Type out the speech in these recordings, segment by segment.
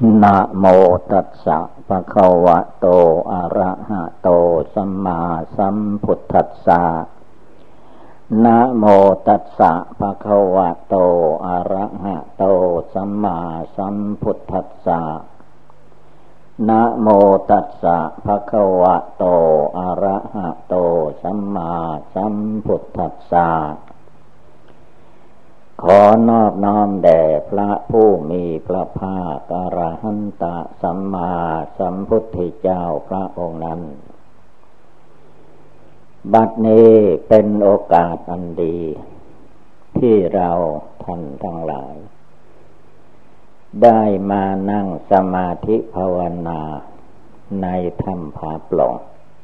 นะโมตัสสะภะคะวะโตอะระหะโตสัมมาสัมพุทธัสสะนะโมตัสสะภะคะวะโตอะระหะโตสัมมาสัมพุทธัสสะนะโมตัสสะภะคะวะโตอะระหะโตสัมมาสัมพุทธัสสะขอนอบน้อมแด่พระผู้มีพระภาคอรหันตสัมมาสัมพุทธเจ้าพระองค์นั้นบัดนี้เป็นโอกาสอันดีที่เราท่านทั้งหลายได้มานั่งสมาธิภาวนาในถ้ำผาปล่อง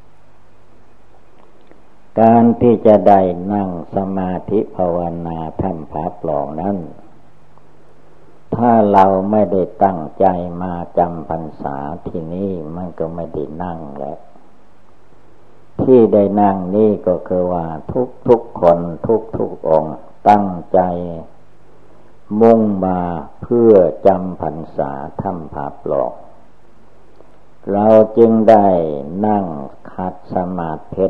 การที่จะได้นั่งสมาธิภาวนาถ้ำผาปล่องนั้นถ้าเราไม่ได้ตั้งใจมาจำพรรษาที่นี่มันก็ไม่ได้นั่งแล้วที่ได้นั่งนี่ก็คือว่าทุกคนทุกองค์ตั้งใจมุ่งมาเพื่อจำพรรษาถ้ำผาปล่องเราจึงได้นั่งขัดสมาธิ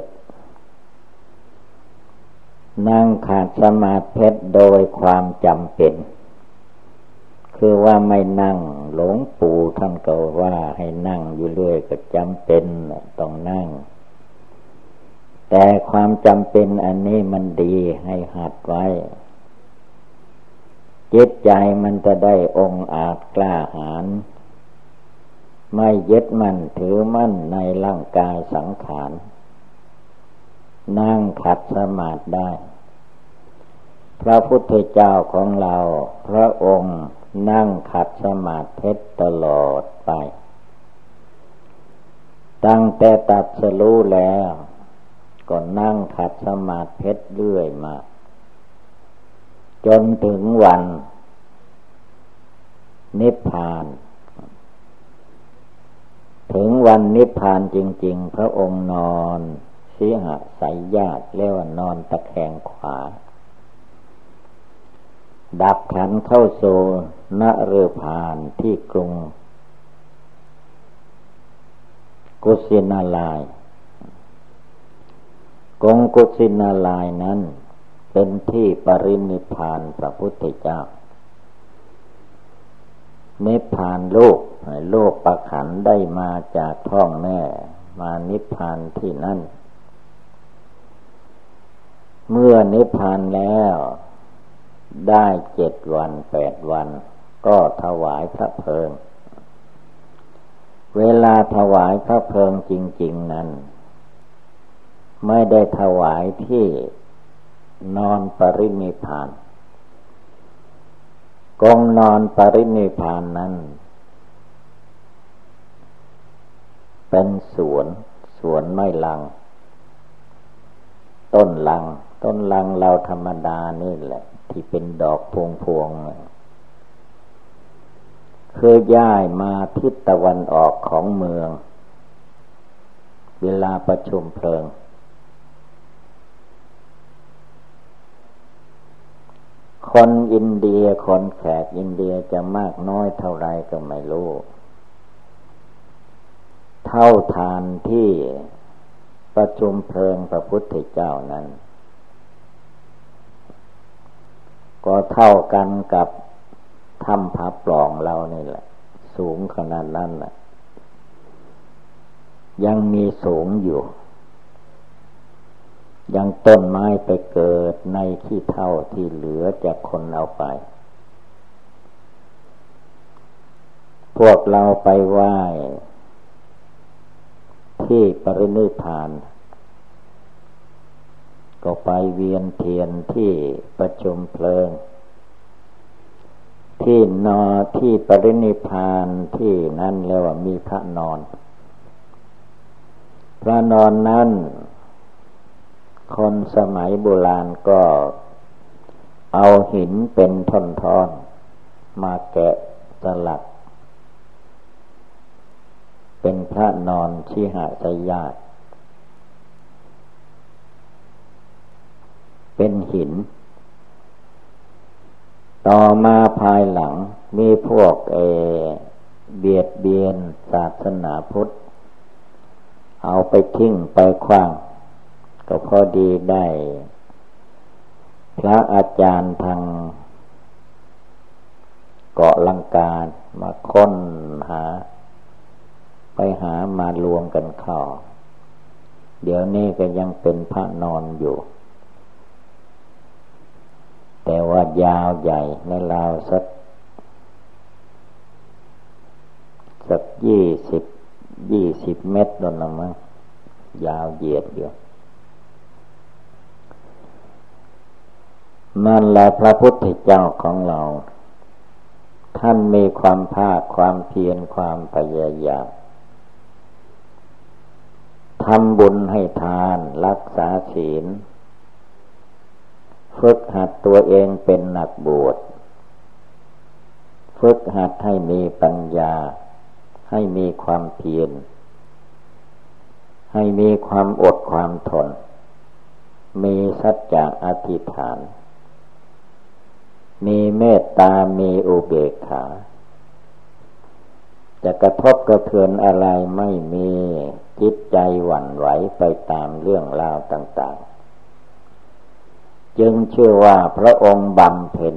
นั่งขาดสมาธิโดยความจำเป็นคือว่าไม่นั่งหลวงปู่ท่านก็ว่าให้นั่งอยู่เรื่อยก็จำเป็นต้องนั่งแต่ความจำเป็นอันนี้มันดีให้หัดไว้จิตใจมันจะได้องอาจกล้าหาญไม่ยึดมั่นถือมั่นในร่างกายสังขารนั่งขัดสมาธิได้พระพุทธเจ้าของเราพระองค์นั่งขัดสมาธิตลอดไปตั้งแต่ตรัสรู้แล้วก็นั่งขัดสมาธิเรื่อยมาจนถึงวันนิพพานถึงวันนิพพานจริงๆพระองค์นอนสิหสายญาติเรียกว่านอนตะแคงขวาดับขันเข้าสู่นฤพานที่กรุงกุสินาลายกรุงกุสินาลายนั้นเป็นที่ปรินิพพานพระพุทธเจ้านิพพานโลกประขันได้มาจากท้องแม่มานิพพานที่นั่นเมื่อนิพพานแล้วได้7 วัน8 วันก็ถวายพระเพลิงเวลาถวายพระเพลิงจริงๆนั้นไม่ได้ถวายที่นอนปรินิพพานกองนอนปรินิพพานนั้นเป็นสวนไม้ลังต้นลังเราธรรมดานี่แหละที่เป็นดอกพวงคือย้ายมาทิศตะวันออกของเมืองเวลาประชุมเพลิงคนอินเดียคนแขกอินเดียจะมากน้อยเท่าไรก็ไม่รู้เท่าทานที่ประชุมเพลิงพระพุทธเจ้านั้นก็เท่ากันกับถ้ำผาปล่องเรานี่แหละสูงขนาดนั้นแหละยังมีสูงอยู่ยังต้นไม้ไปเกิดในขี้เถ้าที่เหลือจากคนเอาไปพวกเราไปไหว้ที่ปรินิพพานก็ไปเวียนเทียนที่ประชุมเพลิงที่ปรินิพพานที่นั่นแล้วว่ามีพระนอนนั้นคนสมัยโบราณก็เอาหินเป็นท่อนๆมาแกะสลักเป็นพระนอนชิหสยญาติเป็นหินต่อมาภายหลังมีพวกเบียดเบียนศาสนาพุทธเอาไปทิ้งไปขว้างก็พอดีได้พระอาจารย์ทางเกาะลังกามาค้นหาไปหามารวมกันเข้าเดี๋ยวนี้ก็ยังเป็นพระนอนอยู่แต่ว่ายาวใหญ่ในราวสัก20 เมตรนั่นละมั้งยาวเหยียดอยู่นั่นแหละพระพุทธเจ้าของเราท่านมีความภาคความเพียรความพยายามทำบุญให้ทานรักษาศีลฝึกหัดตัวเองเป็นนักบวชฝึกหัดให้มีปัญญาให้มีความเพียรให้มีความอดความทนมีสัจจะอธิษฐานมีเมตตามีอุเบกขาจะกระทบกระเทือนอะไรไม่มีจิตใจหวั่นไหวไปตามเรื่องราวต่างๆจึงชื่อว่าพระองค์บำเพ็ญ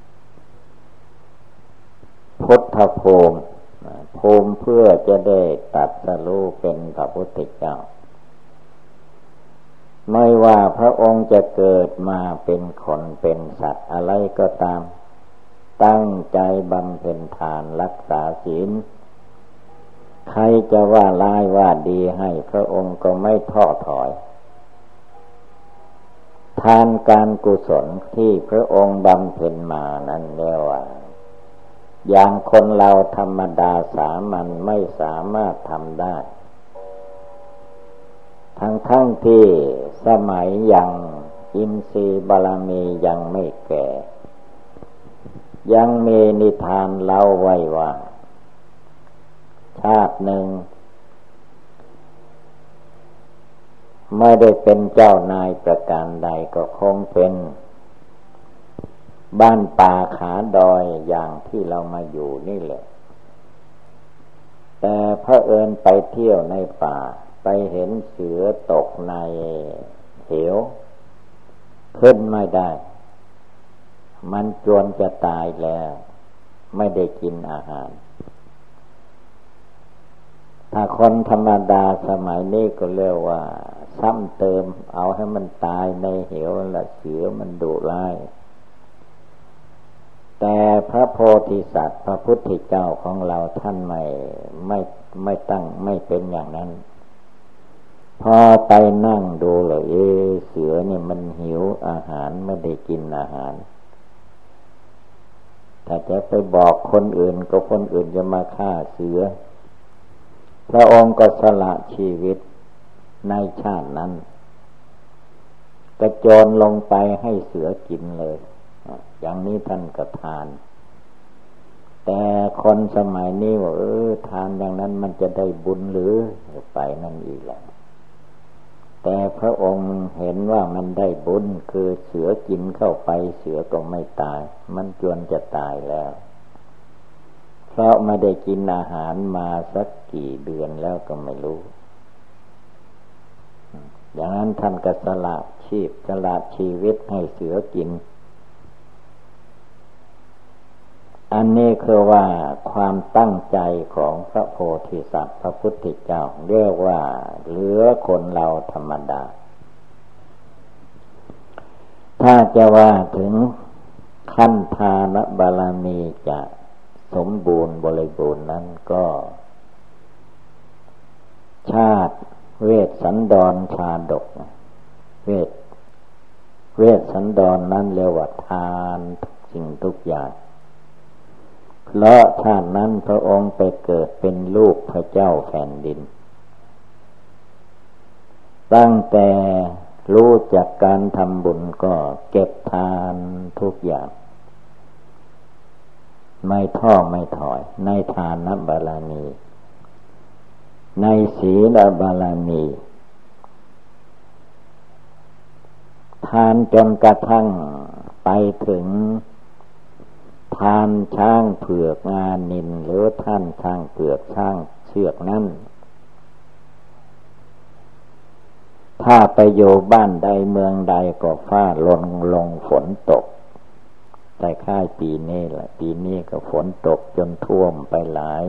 พุทธภูมิเพื่อจะได้ตรัสรู้เป็นพระพุทธเจ้าไม่ว่าพระองค์จะเกิดมาเป็นคนเป็นสัตว์อะไรก็ตามตั้งใจบำเพ็ญทานรักษาศีลใครจะว่าร้ายว่าดีให้พระองค์ก็ไม่ท้อถอยทานการกุศลที่พระองค์บำเพ็ญมานั้นเรียกว่าอย่างคนเราธรรมดาสามัญไม่สามารถทำได้ทั้งที่สมัยยังอินทรีย์บารมียังไม่แก่ยังมีนิทานเล่าไว้ว่าชาติหนึ่งไม่ได้เป็นเจ้านายประการใดก็คงเป็นบ้านป่าขาดอยอย่างที่เรามาอยู่นี่แหละแต่เผอิญไปเที่ยวในป่าไปเห็นเสือตกในเหวขึ้นไม่ได้มันจวนจะตายแล้วไม่ได้กินอาหารถ้าคนธรรมดาสมัยนี้ก็เรียกว่าซ้ำเติมเอาให้มันตายในเหวละเสือมันดุร้ายแต่พระโพธิสัตว์พระพุทธเจ้าของเราท่านไม่ตั้งไม่เป็นอย่างนั้นพอไปนั่งดูเลยเสือเนี่ยมันหิวอาหารไม่ได้กินอาหารถ้าจะไปบอกคนอื่นก็คนอื่นจะมาฆ่าเสือพระองค์ก็สละชีวิตในชาตินั้นกระโจนลงไปให้เสือกินเลยอย่างนี้ท่านก็ทานแต่คนสมัยนี้ว่าทานอย่างนั้นมันจะได้บุญหรือไปนั่นอีกแหละแต่พระองค์เห็นว่ามันได้บุญคือเสือกินเข้าไปเสือก็ไม่ตายมันจวนจะตายแล้วเพราะไม่ได้กินอาหารมาสักกี่เดือนแล้วก็ไม่รู้อย่างนั้นท่านก็สละชีวิตให้เสือกินอันนี้คือว่าความตั้งใจของพระโพธิสัตว์พระพุทธเจ้าเรียกว่าเหลือคนเราธรรมดาถ้าจะว่าถึงขั้นทานบารมีจะสมบูรณ์บริบูรณ์นั้นก็ชาติเวสสันดรชาดกเวสสันดรนั้นเรียกว่าทานทุกสิ่งทุกอย่างเพราะชาตินั้นพระองค์ไปเกิดเป็นลูกพระเจ้าแผ่นดินตั้งแต่รู้จักการทำบุญก็เก็บทานทุกอย่างไม่ท้อไม่ถอยในทานบารมีในศีลบารมีทานจนกระทั่งไปถึงทานช้างเผือกงานิลหรือท่านช้างเผือกช้างเชือกนั้นถ้าไปอยู่บ้านใดเมืองใดก็ฟ้าลงฝนตกแต่ค่ายปีนี้แหละปีนี้ก็ฝนตกจนท่วมไปหลาย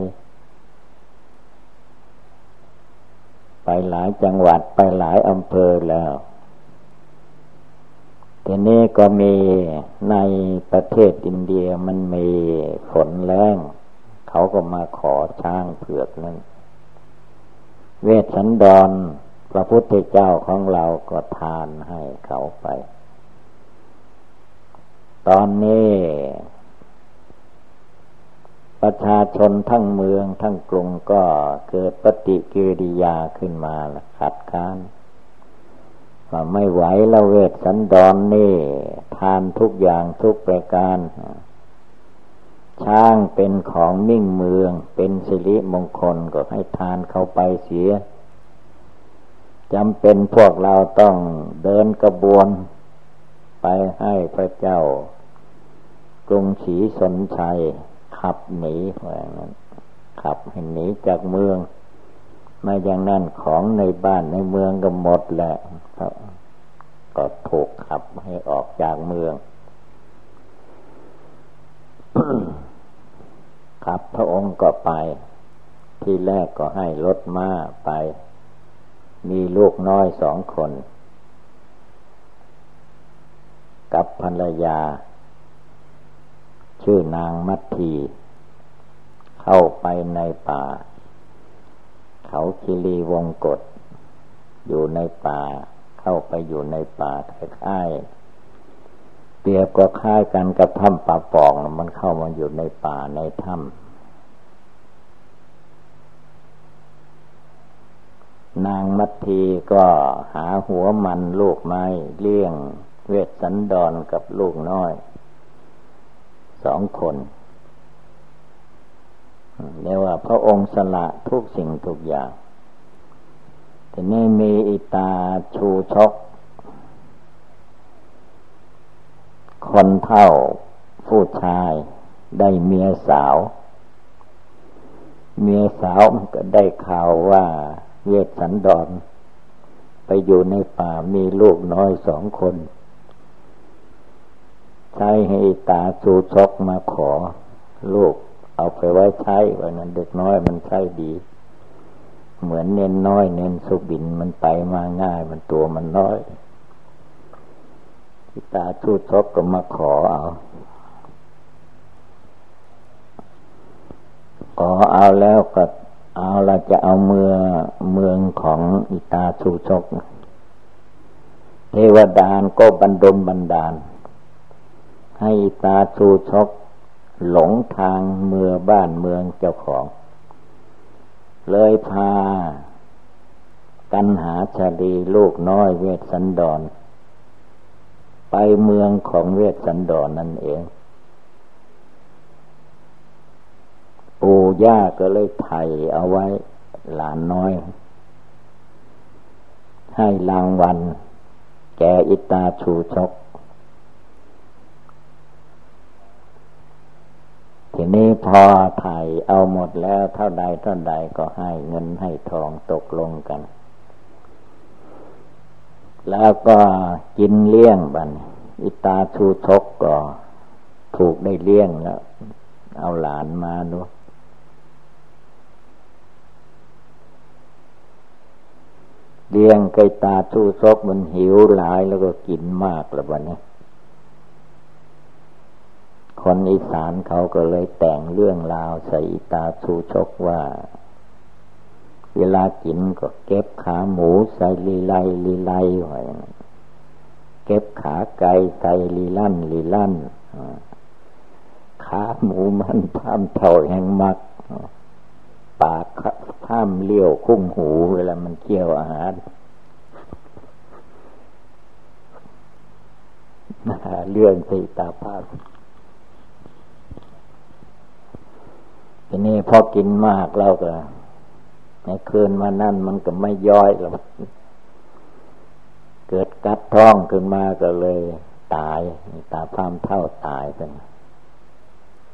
จังหวัดไปหลายอำเภอแล้วทีนี้ก็มีในประเทศอินเดียมันมีฝนแล้งเขาก็มาขอช้างเผือกนั้นเวสสันดรพระพุทธเจ้าของเราก็ทานให้เขาไปตอนนี้ประชาชนทั้งเมืองทั้งกรุงก็เกิดปฏิกิริยาขึ้นมาขัดค้านว่าไม่ไหวแล้วเวสสันดรนี่ทานทุกอย่างทุกประการช้างเป็นของมิ่งเมืองเป็นสิริมงคลก็ให้ทานเข้าไปเสียจำเป็นพวกเราต้องเดินกระบวนไปให้พระเจ้ากรุงศรีสนชัยขับหนีว่าอย่างนั้นขับให้หนีจากเมืองไม่อย่างนั้นของในบ้านในเมืองก็หมดแหละก็ถูกขับให้ออกจากเมือง ขับพระองค์ก็ไปที่แรกก็ให้รถม้าไปมีลูกน้อย2 คนกับภรรยาชื่อนางมัททีเข้าไปในป่าเขาคิรีวงกฏอยู่ในป่าเข้าไปอยู่ในป่าคล้ายๆเปรียบก็คล้ายกันกับถ้ำป่าปองมันเข้ามาอยู่ในป่าในถ้ำนางมัททีก็หาหัวมันลูกไม้เลี้ยงเวสสันดรกับลูกน้อย2 คนเรียกว่าพระองค์สละทุกสิ่งทุกอย่างทีนี้มีอิตาชูชกคนเฒ่าผู้ชายได้เมียสาวมันก็ได้ข่าวว่าเวสสันดรไปอยู่ในป่ามีลูกน้อย2 คนใช้ให้ตาชูชกมาขอลูกเอาไปไว้ใช้ว่านั้นเด็กน้อยมันใช้ดีเหมือนเน้นน้อยเน้นสุบินมันไปมาง่ายมันตัวมันน้อยตาชูชกก็มาขอเอาแล้วก็เอาละจะเอาเมืองของอิตาชูชกเทวดาก็บันดาลให้อิตาชูชกหลงทางเมืองบ้านเมืองเจ้าของเลยพากันหาชาลีลูกน้อยเวสสันดรไปเมืองของเวสสันดรนั่นเองปู่ย่าก็เลยไถ่เอาไว้หลานน้อยให้รางวัลแก่อิตาชูชกทีนี้พอไถ่เอาหมดแล้วเท่าใดก็ให้เงินให้ทองตกลงกันแล้วก็กินเลี้ยงบัดอิตาชูชกก็ถูกได้เลี้ยงแล้วเอาหลานมาด้วยเลี้ยงไก่ตาชูชกมันหิวหลายแล้วก็กินมากแล้วบัดนี้คนอีสานเขาก็เลยแต่งเรื่องราวใส่อิตาชูชกว่าเวลากินก็เก็บขาหมูใส่ลีไลไว้เก็บขาไก่ใส่ลีลั่นขาหมูมันพามเท่าแห่งมักปากพามเลี้ยวคุ้งหูเวลามันเคี้ยวอาหารเรื่องสิตาภาพทีนี้พอกินมากแล้วก็ในคืนวันนั้นมันก็ไม่ย่อยแล้วเกิดกัดท้องขึ้นมาก็เลยตายตาพามเท่าตายไป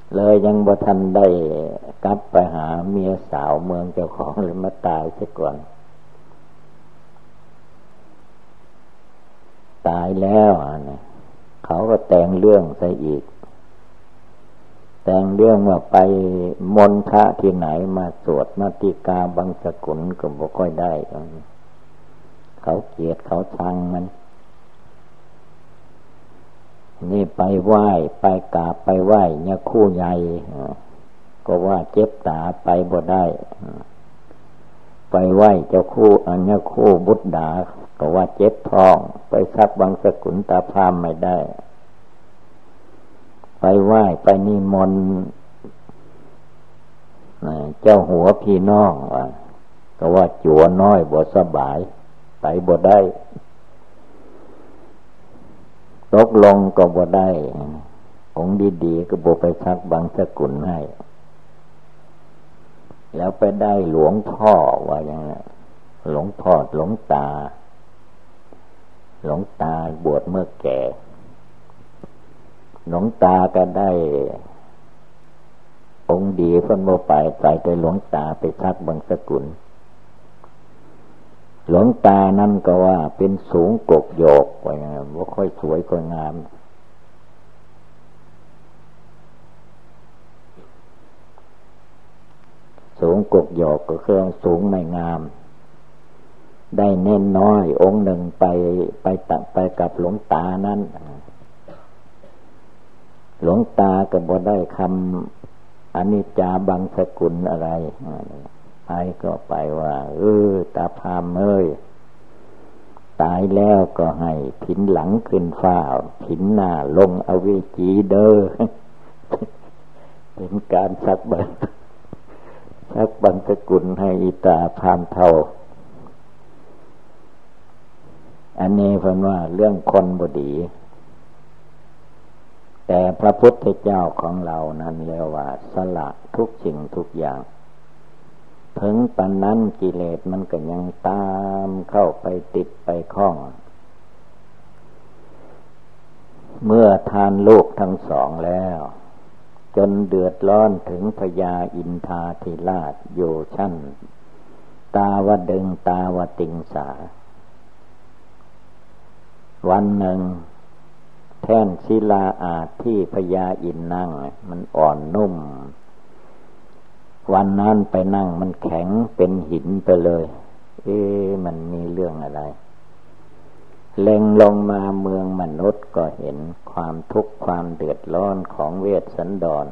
เลยยังบ่ทันได้กลับไปหาเมียสาวเมืองเจ้าของเลยมาตายเสียก่อนตายแล้วนะเขาก็แต่งเรื่องซะอีกแต่งเรื่องว่าไปมนทะที่ไหนมาสวดมาติกาบังสกุลก็บ่ค่อยได้เขาเกลียดเขาชังมันนี่ไปไหว้ไปกราบไปไหว้เนี่ยคู่ใหญ่ก็ว่าเจ็บตาไปบ่ได้ไปไหว้เจ้าคู่อันเนี่ยคู่บุตรดาก็ว่าเจ็บท้องไปซักบังสกุลตาพามไม่ได้ไปไหว้ไปนิมนต์เจ้าหัวพี่น้องก็ว่าจั่วน้อยบ่สบายไปบ่ได้ตกลงก็บ่ได้องค์ดีๆก็บ่ไปซักบังสกุลให้แล้วไปได้หลวงพ่อว่าอย่างนั้นหลวงพ่อหลวงตาบวชเมื่อแก่หลวงตาก็ได้องค์ดีเพิ่นบ่ไปใส่แต่หลวงตาไปซักบังสกุลหลวงตานั่นก็ว่าเป็นสูงกกโยกว่าอย่างนั้นบ่ค่อยสวยค่อยงามสูงกกโยกก็คือสูงไม่งามได้เน้นน้อยองค์หนึ่งไปตัดไปกับหลวงตานั้นหลวงตาก็บ่ได้คำอนิจจาบังสกุลอะไรไปก็ไปว่าตาพามเอ้ยตายแล้วก็ให้ผินหลังขึ้นฟ้าผินหน้าลงอเวจีเด้อ เป็นการซักบังสกุลให้อิตาพามเท่าอันนี้เพิ่นว่าเรื่องคนบ่ดีแต่พระพุทธเจ้าของเรานั้นเรียกว่าสละทุกสิ่งทุกอย่างถึงปานนั้นกิเลสมันก็ยังตามเข้าไปติดไปคล้องเมื่อทานลูกทั้งสองแล้วจนเดือดร้อนถึงพญาอินทาธิราชอยู่ชั้นตาวดึงตาวติงสาวันหนึ่งแท่นศิลาอาจที่พญาอินนั่งมันอ่อนนุ่มวันนั้นไปนั่งมันแข็งเป็นหินไปเลยมันมีเรื่องอะไรเล็งลงมาเมืองมนุษย์ก็เห็นความทุกข์ความเดือดร้อนของเวสสันดร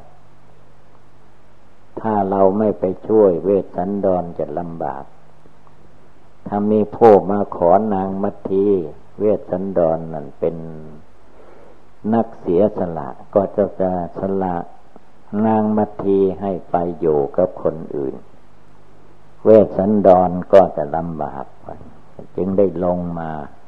ถ้าเราไม่ไปช่วยเวสสันดรจะลำบากถ้ามีผู้มาขอนางมัททีเวสสันดรนั่นเป็นนักเสียสละก็จะสละนางมัททีให้ไปอยู่กับคนอื่นเวสสันดรก็จะลำบากจึงได้ลงมา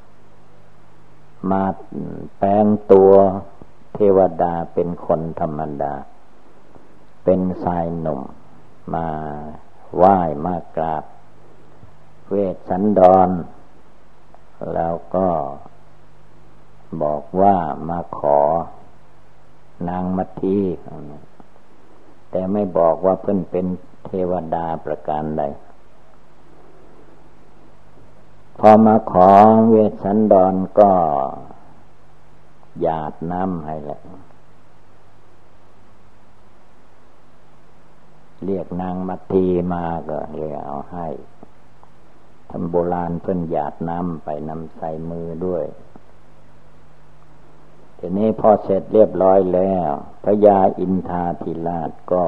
แปลงตัวเทวดาเป็นคนธรรมดาเป็นชายหนุ่มมาไหว้มากราบเวสสันดรแล้วก็บอกว่ามาขอนางมัททีแต่ไม่บอกว่าเพิ่นเป็นเทวดาประการใดพอมาขอเวสสันดรก็หยาดน้ำให้แหละเรียกนางมัททีมาก็เลยเอาให้ทำโบราณเพิ่นหยาดน้ำไปนำใส่มือด้วยทีนี้พอเสร็จเรียบร้อยแล้วพระยาอินทาธิราชก็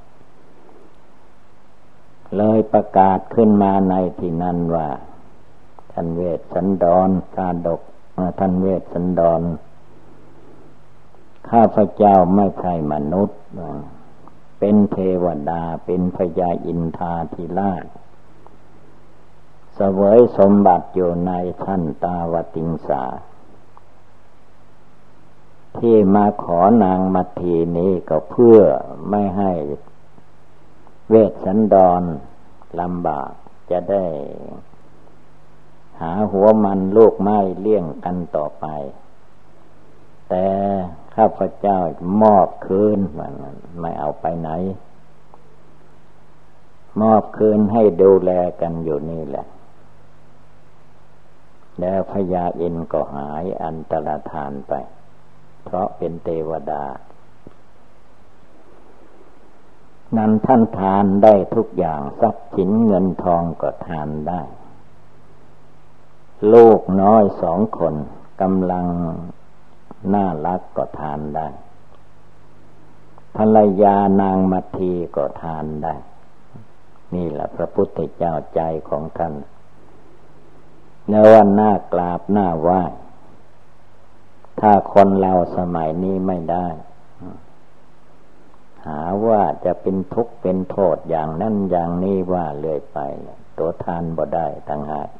เลยประกาศขึ้นมาในที่นั้นว่าท่านเวสสันดรชาดกท่านเวสสันดรข้าพเจ้าไม่ใช่มนุษย์เป็นเทวดาเป็นพญาอินทาธิราชเสวยสมบัติอยู่ในท่านตาวติงสาที่มาขอนางมัททีนี้ก็เพื่อไม่ให้เวสสันดรลำบากจะได้หาหัวมันลูกไม้เลี้ยงกันต่อไปแต่ขข้าพเจ้ามอบคืนมันไม่เอาไปไหนมอบคืนให้ดูแลกันอยู่นี่แหละแล้วพญาอินทร์ก็หายอันตรธานไปเพราะเป็นเทวดานั้นท่านทานได้ทุกอย่างทรัพย์สินเงินทองก็ทานได้ลูกน้อย2 คนกำลังน่ารักก็ทานได้ภรรยานางมัททีก็ทานได้นี่แหละพระพุทธเจ้าใจของท่านในวันหน้ากราบหน้าไหว้ถ้าคนเราสมัยนี้ไม่ได้หาว่าจะเป็นทุกข์เป็นโทษอย่างนั้นอย่างนี้ว่าเรื่อยไปตัวทานบ่ได้ต่างหาก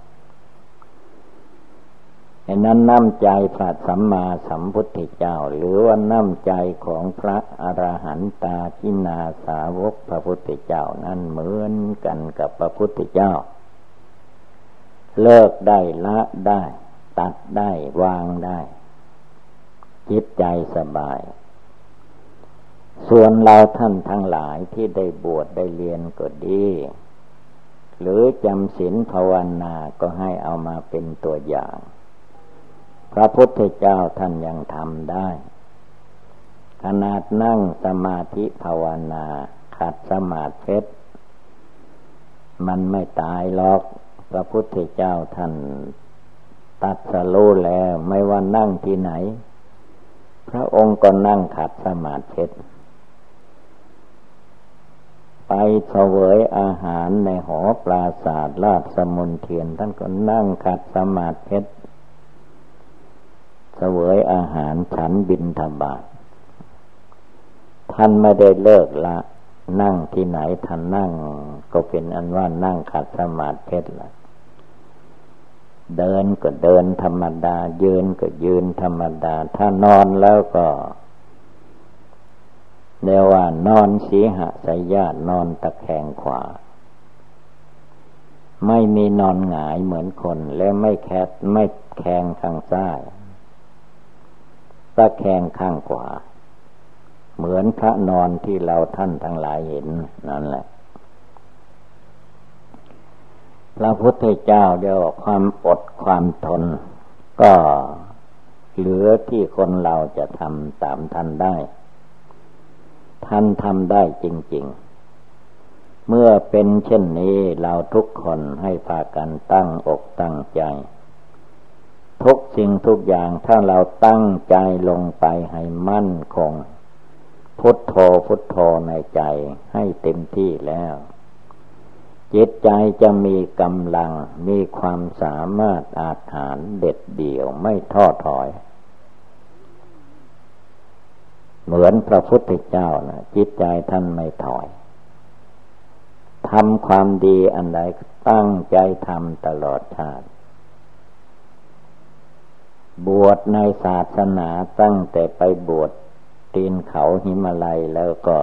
ฉะนั้นน้ำใจพระสัมมาสัมพุทธเจ้าหรือว่าน้ำใจของพระอรหันตาชินาสาวกพระพุทธเจ้านั้นเหมือนกันกับพระพุทธเจ้าเลิกได้ละได้ตัดได้วางได้จิตใจสบายส่วนเราท่านทั้งหลายที่ได้บวชได้เรียนก็ดีหรือจำศีลภาวนาก็ให้เอามาเป็นตัวอย่างพระพุทธเจ้าท่านยังทำได้ขนาดนั่งสมาธิภาวนาขัดสมาธิมันไม่ตายหรอกพระพุทธเจ้าท่านตรัสรู้แล้วไม่ว่านั่งที่ไหนพระองค์ก็นั่งขัดสมาธิไปเสวยอาหารในหอปราสาทราชมนเทียนท่านก็นั่งขัดสมาธิเสวยอาหารฉันบิณฑบาตท่านไม่ได้เลิกละนั่งที่ไหนท่านนั่งก็เป็นอันว่านั่งขัดสมาธิละเดินก็เดินธรรมดายืนก็ยืนธรรมดาถ้านอนแล้วก็เรียกว่านอนสีหสยญาตินอนตะแคงขวาไม่มีนอนหงายเหมือนคนและไม่แคงข้างซ้ายตะแคงข้างขวาเหมือนพระนอนที่เราท่านทั้งหลายเห็นนั่นแหละพระพุทธเจ้าเรียกว่าความอดความทนก็เหลือที่คนเราจะทำตามท่านได้ท่านทำได้จริงๆเมื่อเป็นเช่นนี้เราทุกคนให้พากันตั้งอกตั้งใจทุกสิ่งทุกอย่างถ้าเราตั้งใจลงไปให้มั่นคงพุทโธพุทโธในใจให้เต็มที่แล้วจิตใจจะมีกำลังมีความสามารถอาจหาญเด็ดเดี่ยวไม่ท้อถอยเหมือนพระพุทธเจ้านะจิตใจท่านไม่ถอยทำความดีอันใดตั้งใจทำตลอดชาติบวชในศาสนาตั้งแต่ไปบวชตีนเขาหิมาลัยแล้วก็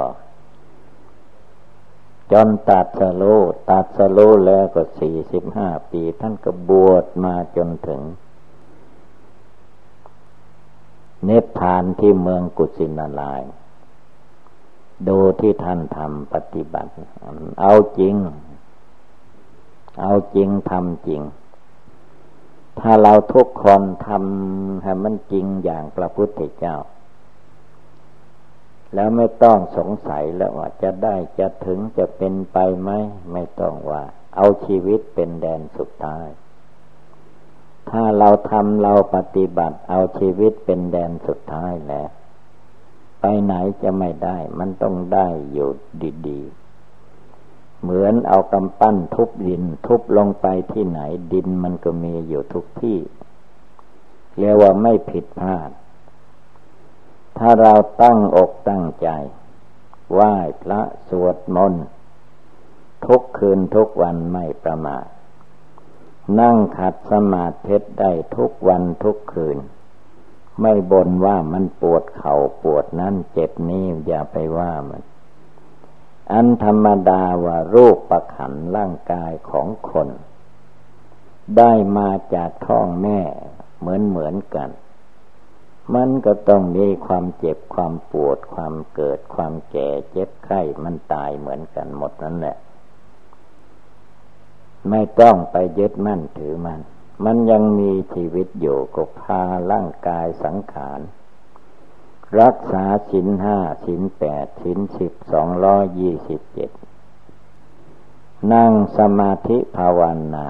จนตรัสรู้แล้วก็45 ปีท่านก็บวชมาจนถึงนิพพานที่เมืองกุสินาราย์ดูที่ท่านทำปฏิบัติเอาจริงทำจริงถ้าเราทุกคนทำให้มันจริงอย่างพระพุทธเจ้าแล้วไม่ต้องสงสัยแล้วว่าจะได้จะถึงจะเป็นไปไหมไม่ต้องว่าเอาชีวิตเป็นแดนสุดท้ายถ้าเราทำเราปฏิบัติเอาชีวิตเป็นแดนสุดท้ายแล้วไปไหนจะไม่ได้มันต้องได้อยู่ดีๆเหมือนเอากำปั้นทุบดินทุบลงไปที่ไหนดินมันก็มีอยู่ทุกที่เรียกว่าไม่ผิดพลาดถ้าเราตั้งอกตั้งใจไหว้พระสวดมนต์ทุกคืนทุกวันไม่ประมาทนั่งขัดสมาธิได้ทุกวันทุกคืนไม่บ่นว่ามันปวดเข่าปวดนั่นเจ็บนี่อย่าไปว่ามันอันธรรมดาว่ารูปประขันธ์ร่างกายของคนได้มาจากท้องแม่เหมือนกันมันก็ต้องมีความเจ็บความปวดความเกิดความแก่เจ็บไข้มันตายเหมือนกันหมดนั่นแหละไม่ต้องไปยึดมั่นถือมันยังมีชีวิตอยู่ก็พาร่างกายสังขารรักษาศีล 5 ศีล 8 ศีล 10 227นั่งสมาธิภาวนา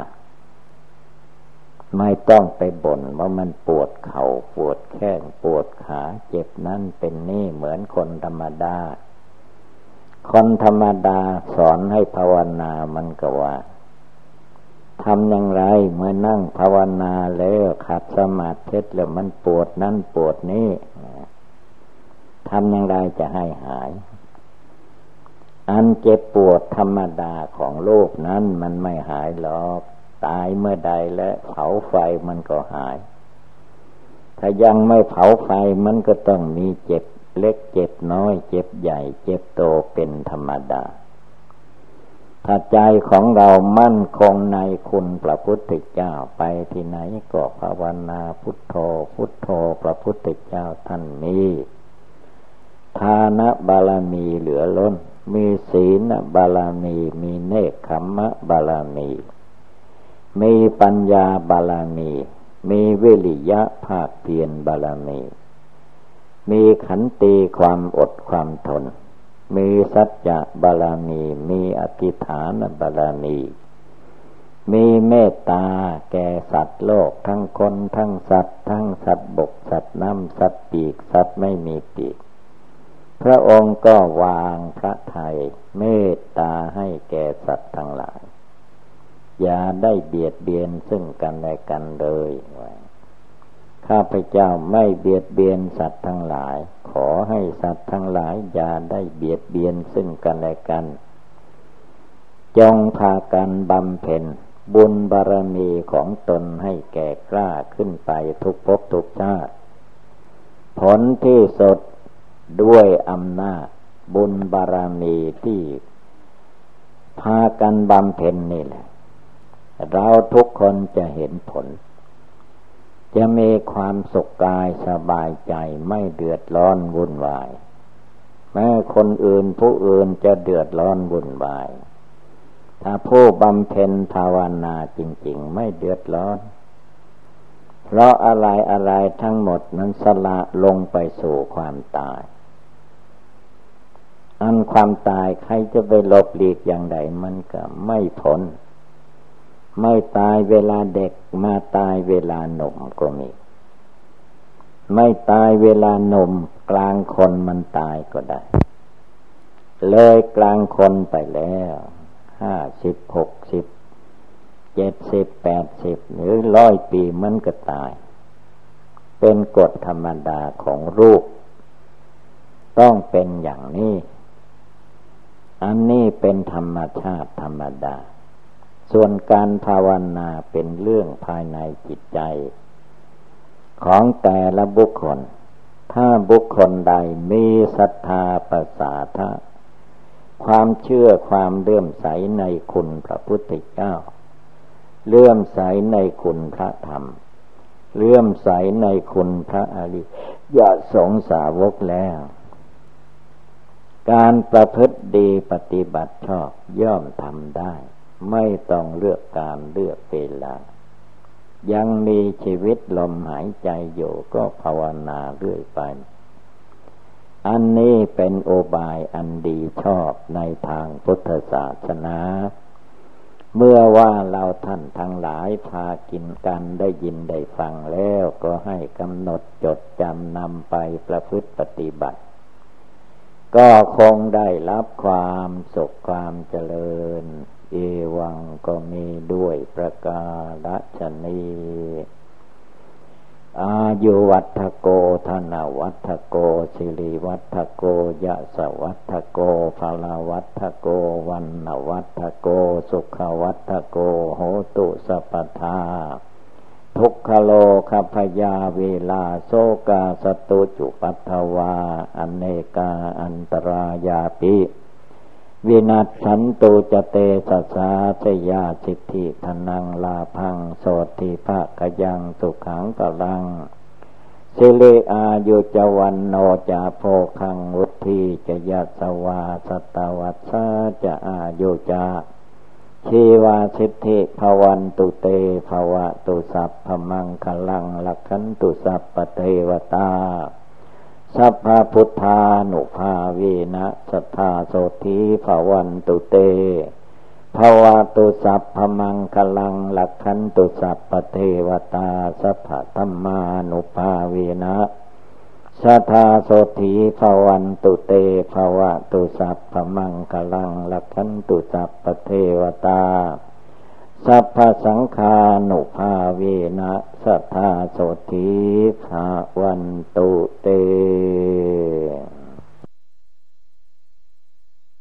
ไม่ต้องไปบ่นว่ามันปวดเข่าปวดแข้งปวดขาเจ็บนั่นเป็นนี่เหมือนคนธรรมดาคนธรรมดาสอนให้ภาวนามันก็ว่าทำอย่างไรเมื่อนั่งภาวนาแล้วขัดสมาธิแล้วมันปวดนั่นปวดนี่ทำอย่างไรจะให้หายอันเจ็บปวดธรรมดาของโลกนั้นมันไม่หายหรอกตายเมื่อใดและเผาไฟมันก็หายถ้ายังไม่เผาไฟมันก็ต้องมีเจ็บเล็กเจ็บน้อยเจ็บใหญ่เจ็บโตเป็นธรรมดาถ้าใจของเรามั่นคงในคุณพระพุทธเจ้าไปที่ไหนก็ภาวนาพุทโธพุทโธพระพุทธเจ้าท่านมีทานบารมีเหลือล้นมีศีลบารมีมีเนกขัมมะบารมีมีปัญญาบารมีมีวิริยะภาคเพียรบารมีมีขันติความอดความทนมีสัจจะบารมีมีอธิษฐานบารมีมีเมตตาแก่สัตว์โลกทั้งคนทั้งสัตว์ทั้งสัตว์บกสัตว์น้ำสัตว์ปีกสัตว์ไม่มีปีกพระองค์ก็วางพระทัยเมตตาให้แก่สัตว์ทั้งหลายอย่าได้เบียดเบียนซึ่งกันและกันเลยข้าพเจ้าไม่เบียดเบียนสัตว์ทั้งหลายขอให้สัตว์ทั้งหลายอย่าได้เบียดเบียนซึ่งกันและกันจงพากันบำเพ็ญบุญบารมีของตนให้แก่กล้าขึ้นไปทุกภพทุกชาติผลที่สุดด้วยอำนาจบุญบารมีที่พากันบำเพ็ญนี่แหละเราทุกคนจะเห็นผลจะมีความสุขกายสบายใจไม่เดือดร้อนวุ่นวายแม้คนอื่นผู้อื่นจะเดือดร้อนวุ่นวายถ้าผู้บำเพ็ญภาวนาจริงๆไม่เดือดร้อนเพราะอะไรทั้งหมดนั้นสละลงไปสู่ความตายอันความตายใครจะไปหลบหลีกอย่างใดมันก็ไม่พ้นไม่ตายเวลาเด็กมาตายเวลาหนุ่มก็มีไม่ตายเวลาหนุ่มกลางคนมันตายก็ได้เลยกลางคนไปแล้ว50 60 70 80หรือ100 ปีมันก็ตายเป็นกฎธรรมดาของรูปต้องเป็นอย่างนี้อันนี้เป็นธรรมชาติธรรมดาส่วนการภาวนาเป็นเรื่องภายในจิตใจของแต่ละบุคคลถ้าบุคคลใดมีศรัทธาประสาทะความเชื่อความเลื่อมใสในคุณพระพุทธเจ้าเลื่อมใสในคุณพระธรรมเลื่อมใสในคุณพระอริยสงสาวกแล้วการประพฤติดีปฏิบัติชอบย่อมทำได้ไม่ต้องเลือกการเลือกเวลายังมีชีวิตลมหายใจอยู่ก็ภาวนาเรื่อยไปอันนี้เป็นโอบายอันดีชอบในทางพุทธศาสนาเมื่อว่าเราท่านทั้งหลายพากินกันได้ยินได้ฟังแล้วก็ให้กำหนดจดจำนำไปประพฤติปฏิบัติก็คงได้รับความสุขความเจริญเอวังก็มีด้วยประกาศนีอายุวัฏโกธนวัฏโกสิริวัฏโกยะสวัฏโกภาลวัฏโกวันนวัฏโกสุขวัฏโกโหตุสัพพทาทุกขโลคัพยาเวลาโสกาสตุจุปัฏฐวาอเนกาอันตรายาปิวินัสสันตุจเตสัสสาสยาสิทธิธนังลาพังโสติภะกยังสุขังกลังสิริอายุจวันโนจะโภคังวุฒิจะยัสสวาสตวัสสะจะอายุจะชีวาสิทธิภวันตุเตภวะตุสัพพมังคลังลักขันตุสัพพเทวตาสัพพพุทธานุภาเวนะสัทธาโสธีภวันตุเตภวะตุสัพพมังคลังลักขันตุสัพพเทวตาสัพพธัมมานุภาเวนะสัทธาโสธีภวันตุเตภวะตุสัพพมังคลังลักขันตุสัพพเทวตาสัพพสังฆานุภาเวนะสัทธาโสธีภวันตุเต